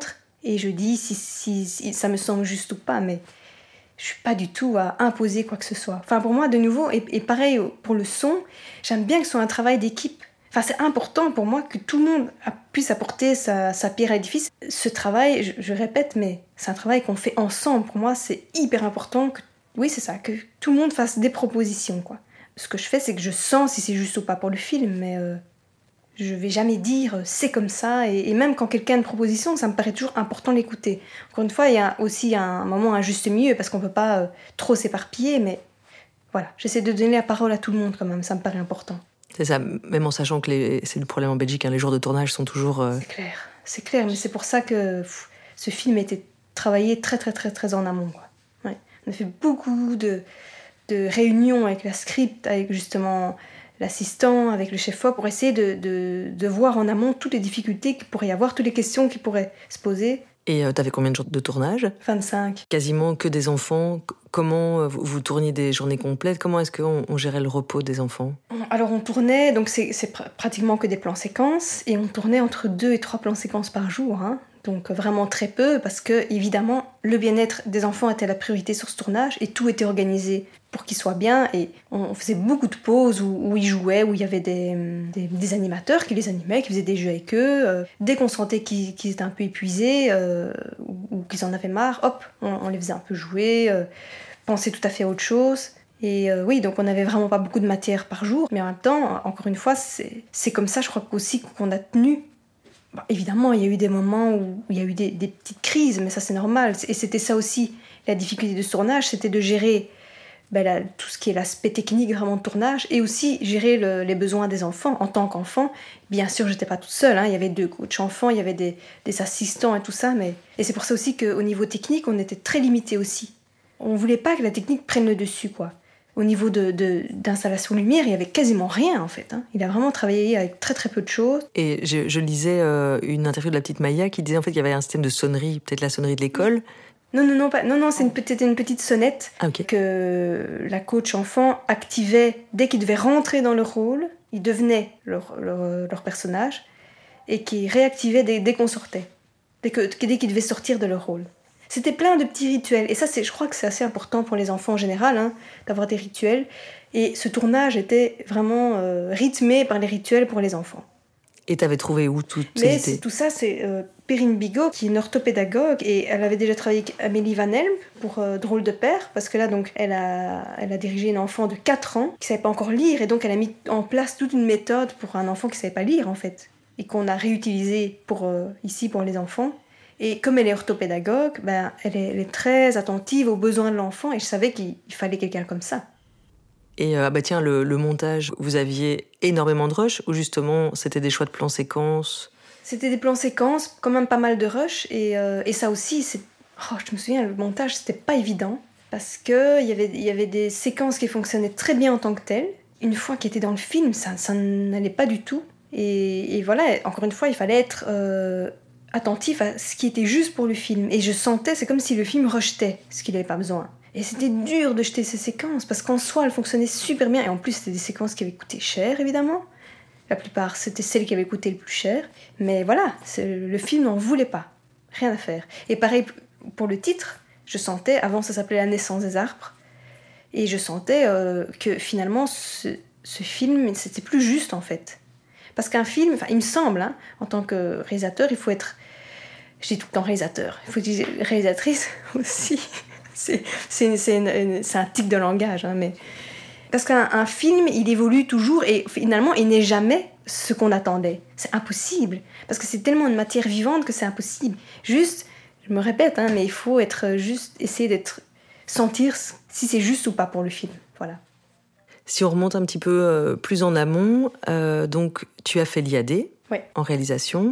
et je dis si, si, si ça me semble juste ou pas, mais je suis pas du tout à imposer quoi que ce soit. Enfin, pour moi, de nouveau, et, et pareil pour le son, j'aime bien que ce soit un travail d'équipe. Enfin, c'est important pour moi que tout le monde puisse apporter sa, sa pierre à l'édifice. Ce travail, je, je répète, mais c'est un travail qu'on fait ensemble. Pour moi, c'est hyper important que, oui, c'est ça, que tout le monde fasse des propositions, quoi. Ce que je fais, c'est que je sens si c'est juste ou pas pour le film, mais euh, je vais jamais dire c'est comme ça. Et, et même quand quelqu'un a une proposition, ça me paraît toujours important de l'écouter. Encore une fois, il y a aussi un moment un juste milieu, parce qu'on peut pas euh, trop s'éparpiller, mais voilà, j'essaie de donner la parole à tout le monde quand même, ça me paraît important. C'est ça, même en sachant que les, c'est le problème en Belgique, hein, les jours de tournage sont toujours... Euh... C'est clair, c'est clair, mais c'est pour ça que pff, ce film a été travaillé très très très très en amont, quoi. Ouais. On a fait beaucoup de, de réunions avec la script, avec justement l'assistant, avec le chef-op, pour essayer de, de, de voir en amont toutes les difficultés qu'il pourrait y avoir, toutes les questions qui pourraient se poser. Et euh, t'avais combien de jours de tournage ? vingt-cinq. Quasiment que des enfants. Comment euh, vous, vous tourniez des journées complètes ? Comment est-ce qu'on on gérait le repos des enfants ? Alors on tournait, donc c'est, c'est pr- pratiquement que des plans séquences, et on tournait entre deux et trois plans séquences par jour, hein. Donc vraiment très peu, parce que évidemment le bien-être des enfants était la priorité sur ce tournage, et tout était organisé pour qu'ils soient bien, et on faisait beaucoup de pauses où, où ils jouaient, où il y avait des, des, des animateurs qui les animaient, qui faisaient des jeux avec eux. Euh, dès qu'on sentait qu'ils, qu'ils étaient un peu épuisés, euh, ou, ou qu'ils en avaient marre, hop, on, on les faisait un peu jouer, euh, penser tout à fait à autre chose. Et euh, oui, donc on n'avait vraiment pas beaucoup de matière par jour, mais en même temps, encore une fois, c'est, c'est comme ça, je crois aussi qu'on a tenu. Bon, évidemment, il y a eu des moments où il y a eu des, des petites crises, mais ça c'est normal. Et c'était ça aussi, la difficulté de ce tournage, c'était de gérer ben, la, tout ce qui est l'aspect technique vraiment de tournage, et aussi gérer le, les besoins des enfants. En tant qu'enfant, bien sûr, j'étais pas toute seule, hein. Il y avait deux coachs enfants, il y avait des, des assistants et tout ça, mais... Et c'est pour ça aussi qu'au niveau technique, on était très limité aussi. On voulait pas que la technique prenne le dessus, quoi. Au niveau de, de, d'installation lumière, il y avait quasiment rien, en fait, hein. Il a vraiment travaillé avec très très peu de choses. Et je, je lisais euh, une interview de la petite Maya qui disait en fait qu'il y avait un système de sonnerie, peut-être la sonnerie de l'école. Non, non, non, pas, non, non, c'est une petite, une petite sonnette ah, okay. que la coach enfant activait dès qu'ils devaient rentrer dans le rôle. Ils devenaient leur, leur, leur personnage, et qui réactivait dès, dès qu'on sortait, dès, que, dès qu'ils devaient sortir de leur rôle. C'était plein de petits rituels, et ça, c'est, je crois que c'est assez important pour les enfants en général, hein, d'avoir des rituels. Et ce tournage était vraiment euh, rythmé par les rituels pour les enfants. Et t'avais trouvé où toutes ces Mais idées ? c'est, tout ça, c'est euh, Perrine Bigot, qui est une orthopédagogue, et elle avait déjà travaillé avec Amélie Van Helm pour euh, Drôle de père, parce que là, donc, elle a, elle a dirigé une enfant de quatre ans qui savait pas encore lire, et donc elle a mis en place toute une méthode pour un enfant qui savait pas lire, en fait, et qu'on a réutilisé pour, euh, ici pour les enfants. Et comme elle est orthopédagogue, ben, elle, est, elle est très attentive aux besoins de l'enfant, et je savais qu'il fallait quelqu'un comme ça. Et euh, bah tiens, le, le montage, vous aviez énormément de rush, ou justement c'était des choix de plans séquences ? C'était des plans séquences, quand même pas mal de rush, et, euh, et ça aussi, c'est... Oh, je me souviens, le montage, c'était pas évident, parce qu'il y avait, y avait des séquences qui fonctionnaient très bien en tant que telles. Une fois qu'ils étaient dans le film, ça, ça n'allait pas du tout. Et, et voilà, encore une fois, il fallait être... Euh, attentif à ce qui était juste pour le film. Et je sentais, c'est comme si le film rejetait ce qu'il n'avait pas besoin. Et c'était dur de jeter ces séquences, parce qu'en soi, elles fonctionnaient super bien. Et en plus, c'était des séquences qui avaient coûté cher, évidemment. La plupart, c'était celles qui avaient coûté le plus cher. Mais voilà, c'est, le film n'en voulait pas. Rien à faire. Et pareil, pour le titre, je sentais, avant ça s'appelait La naissance des arbres, et je sentais euh, que finalement, ce, ce film, c'était plus juste, en fait. Parce qu'un film, enfin, il me semble, hein, en tant que réalisateur, il faut être... Je dis tout le temps réalisateur, il faut dire réalisatrice aussi. C'est, c'est, c'est, une, une, c'est un tic de langage, hein, mais... Parce qu'un un film, il évolue toujours, et finalement, il n'est jamais ce qu'on attendait. C'est impossible, parce que c'est tellement une matière vivante que c'est impossible. Juste, je me répète, hein, mais il faut être juste, essayer d'être... sentir si c'est juste ou pas pour le film, voilà. Si on remonte un petit peu euh, plus en amont, euh, donc tu as fait l'I A D ouais. en réalisation,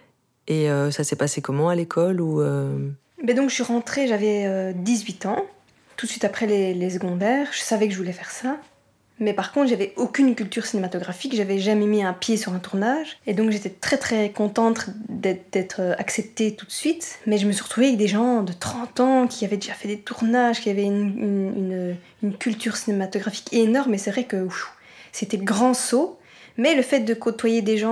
et euh, ça s'est passé comment à l'école ou euh... ben donc je suis rentrée, j'avais euh, dix-huit ans, tout de suite après les, les secondaires, je savais que je voulais faire ça, mais par contre j'avais aucune culture cinématographique, j'avais jamais mis un pied sur un tournage, et donc j'étais très très contente d'être, d'être acceptée tout de suite, mais je me suis retrouvée avec des gens de trente ans qui avaient déjà fait des tournages, qui avaient une, une, une, une culture cinématographique énorme, et c'est vrai que ouf, c'était le grand saut, mais le fait de côtoyer des gens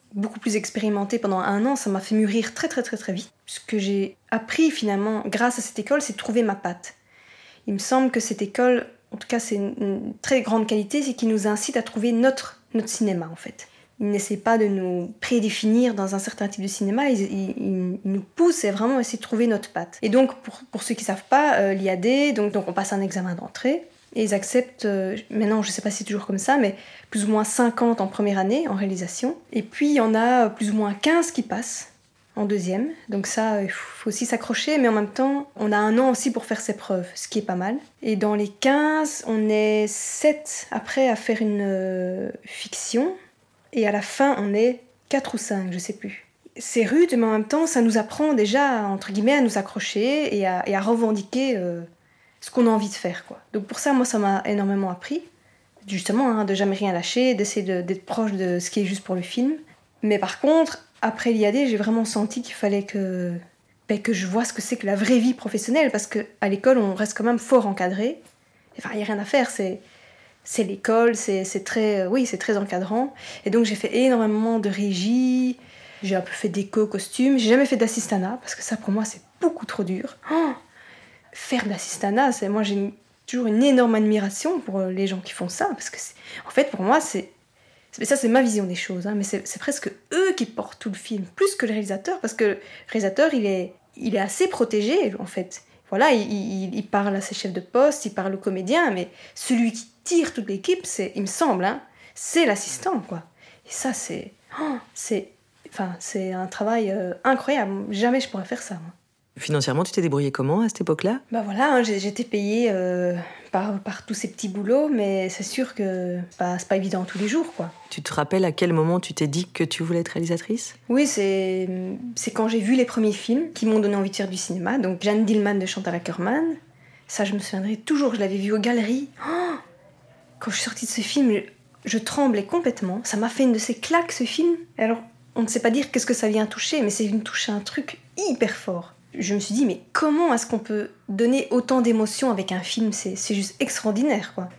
beaucoup plus expérimentée pendant un an, ça m'a fait mûrir très très très très vite. Ce que j'ai appris finalement grâce à cette école, c'est de trouver ma patte. Il me semble que cette école, en tout cas c'est une, une très grande qualité, c'est qu'il nous incite à trouver notre, notre cinéma en fait. Il n'essaie pas de nous prédéfinir dans un certain type de cinéma, il, il, il nous pousse à vraiment essayer de trouver notre patte. Et donc pour, pour ceux qui ne savent pas, euh, l'I A D, donc, donc on passe un examen d'entrée, et ils acceptent, euh, maintenant je ne sais pas si c'est toujours comme ça, mais plus ou moins cinquante en première année en réalisation. Et puis il y en a plus ou moins quinze qui passent en deuxième. Donc ça, il faut aussi s'accrocher, mais en même temps, on a un an aussi pour faire ses preuves, ce qui est pas mal. Et dans les quinze, on est sept après à faire une euh, fiction, et à la fin, on est quatre ou cinq, je sais plus. C'est rude, mais en même temps, ça nous apprend déjà, entre guillemets, à nous accrocher et à, et à revendiquer euh, ce qu'on a envie de faire, quoi. Donc pour ça, moi, ça m'a énormément appris. Justement, hein, de jamais rien lâcher, d'essayer de, d'être proche de ce qui est juste pour le film. Mais par contre, après l'I A D, j'ai vraiment senti qu'il fallait que, ben, que je vois ce que c'est que la vraie vie professionnelle, parce qu'à l'école, on reste quand même fort encadré. Enfin, il n'y a rien à faire, c'est, c'est l'école, c'est, c'est, très, oui, c'est très encadrant. Et donc, j'ai fait énormément de régie, j'ai un peu fait déco, costume, j'ai jamais fait d'assistanat, parce que ça, pour moi, c'est beaucoup trop dur. Oh, faire de l'assistanat, c'est, moi, j'ai une, toujours une énorme admiration pour les gens qui font ça, parce que, c'est, en fait, pour moi, c'est... Mais ça, c'est ma vision des choses, hein, mais c'est, c'est presque eux qui portent tout le film, plus que le réalisateur, parce que le réalisateur, il est, il est assez protégé, en fait. Voilà, il, il, il parle à ses chefs de poste, il parle aux comédiens, mais celui qui tire toute l'équipe, c'est, il me semble, hein, c'est l'assistant, quoi. Et ça, c'est, oh, c'est, enfin, c'est un travail euh, incroyable. Jamais je pourrais faire ça, moi. Financièrement, tu t'es débrouillée comment à cette époque-là ? Bah voilà, hein, j'étais payée euh, par, par tous ces petits boulots, mais c'est sûr que c'est pas, c'est pas évident tous les jours, quoi. Tu te rappelles à quel moment tu t'es dit que tu voulais être réalisatrice ? Oui, c'est, c'est quand j'ai vu les premiers films qui m'ont donné envie de faire du cinéma. Donc Jeanne Dillman de Chantal Akerman, ça je me souviendrai toujours, je l'avais vu aux galeries. Oh, quand je suis sortie de ce film, je, je tremblais complètement. Ça m'a fait une de ces claques, ce film. Alors, on ne sait pas dire qu'est-ce que ça vient toucher, mais c'est venu toucher un truc hyper fort. Je me suis dit, mais comment est-ce qu'on peut donner autant d'émotions avec un film ? C'est, c'est juste extraordinaire, quoi.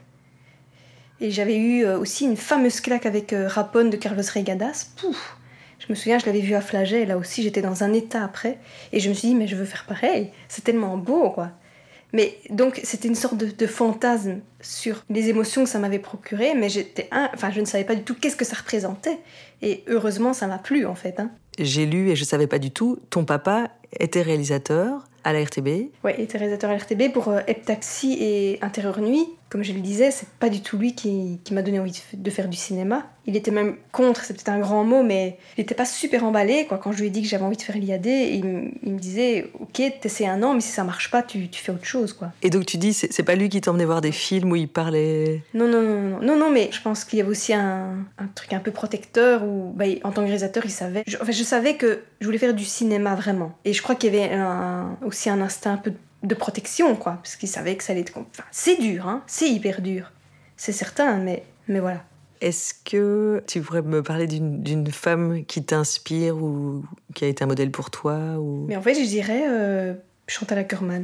Et j'avais eu aussi une fameuse claque avec euh, Rapone de Carlos Reigadas. Pouf ! Je me souviens, je l'avais vu à Flagey, là aussi, j'étais dans un état après. Et je me suis dit, mais je veux faire pareil. C'est tellement beau, quoi. Mais donc, c'était une sorte de, de fantasme sur les émotions que ça m'avait procuré, mais j'étais un... enfin, je ne savais pas du tout qu'est-ce que ça représentait. Et heureusement, ça m'a plu, en fait, hein. J'ai lu, et je ne savais pas du tout, ton papa était réalisateur à la R T B. Oui, il était réalisateur à la R T B pour euh, Hep Taxi et Intérieur Nuit. Comme je le disais, c'est pas du tout lui qui, qui m'a donné envie de, de faire du cinéma. Il était même contre, c'est peut-être un grand mot, mais il était pas super emballé, quoi. Quand je lui ai dit que j'avais envie de faire l'I A D, il, m- il me disait « Ok, t'essaies un an, mais si ça marche pas, tu, tu fais autre chose, quoi. » Et donc tu dis, c'est, c'est pas lui qui t'emmenait voir des films où il parlait... Non, non, non, non, non, non, mais je pense qu'il y avait aussi un, un truc un peu protecteur où, bah, en tant que réalisateur, il savait... Je, enfin, je savais que je voulais faire du cinéma, vraiment. Et je crois qu'il y avait un, aussi un instinct un peu de protection, quoi, parce qu'il savait que ça allait être... Enfin, c'est dur, hein, c'est hyper dur. C'est certain, mais, mais voilà. Est-ce que tu pourrais me parler d'une, d'une femme qui t'inspire ou qui a été un modèle pour toi ou... Mais en fait, je dirais euh, Chantal Akerman.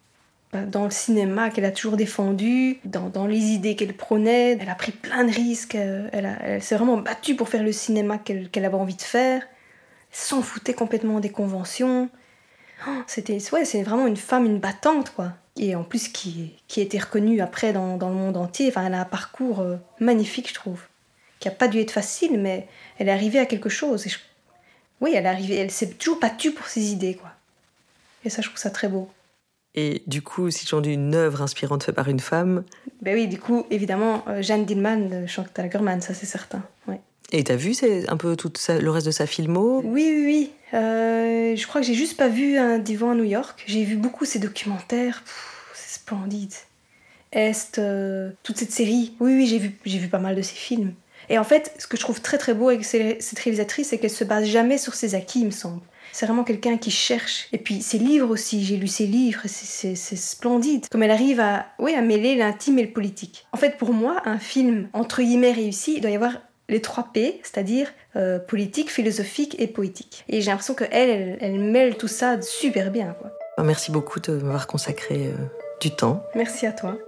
Dans le cinéma qu'elle a toujours défendu, dans, dans les idées qu'elle prônait, elle a pris plein de risques, elle, a, elle s'est vraiment battue pour faire le cinéma qu'elle, qu'elle avait envie de faire, elle s'en foutait complètement des conventions. Oh, c'était, ouais, c'est vraiment une femme, une battante, quoi. Et en plus, qui, qui a été reconnue après dans, dans le monde entier. Enfin, elle a un parcours euh, magnifique, je trouve. Qui n'a pas dû être facile, mais elle est arrivée à quelque chose. Et je... Oui, elle est arrivée, elle s'est toujours battue pour ses idées, quoi. Et ça, je trouve ça très beau. Et du coup, si j'en dis une œuvre inspirante faite par une femme... Ben oui, du coup, évidemment, euh, Jeanne Dillman de Chantal Akerman, ça c'est certain, ouais. Et t'as vu c'est un peu tout ça, le reste de sa filmo ? Oui, oui, oui. Euh, je crois que j'ai juste pas vu un divan à New York. J'ai vu beaucoup ses documentaires. Pff, c'est splendide. Est, euh, toute cette série. Oui, oui, j'ai vu, j'ai vu pas mal de ses films. Et en fait, ce que je trouve très très beau avec cette réalisatrice, c'est qu'elle se base jamais sur ses acquis, il me semble. C'est vraiment quelqu'un qui cherche. Et puis ses livres aussi, j'ai lu ses livres, c'est, c'est, c'est splendide. Comme elle arrive à, oui, à mêler l'intime et le politique. En fait, pour moi, un film entre guillemets réussi, il doit y avoir les trois P, c'est-à-dire euh, politique, philosophique et poétique. Et j'ai l'impression qu'elle, elle, elle mêle tout ça super bien, quoi. Merci beaucoup de m'avoir consacré euh, du temps. Merci à toi.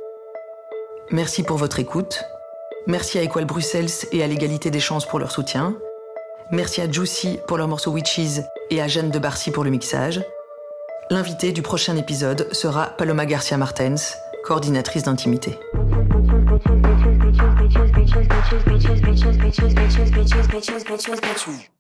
Merci pour votre écoute. Merci à École Bruxelles et à l'Égalité des chances pour leur soutien. Merci à Juicy pour leur morceau Witches et à Jeanne de Barcy pour le mixage. L'invité du prochain épisode sera Paloma Garcia Martens, coordinatrice d'intimité. Bitches, bitches, bitches, bitches, bitches, bitches, bitches, bitches, bitches, bitches, bitches, bitches.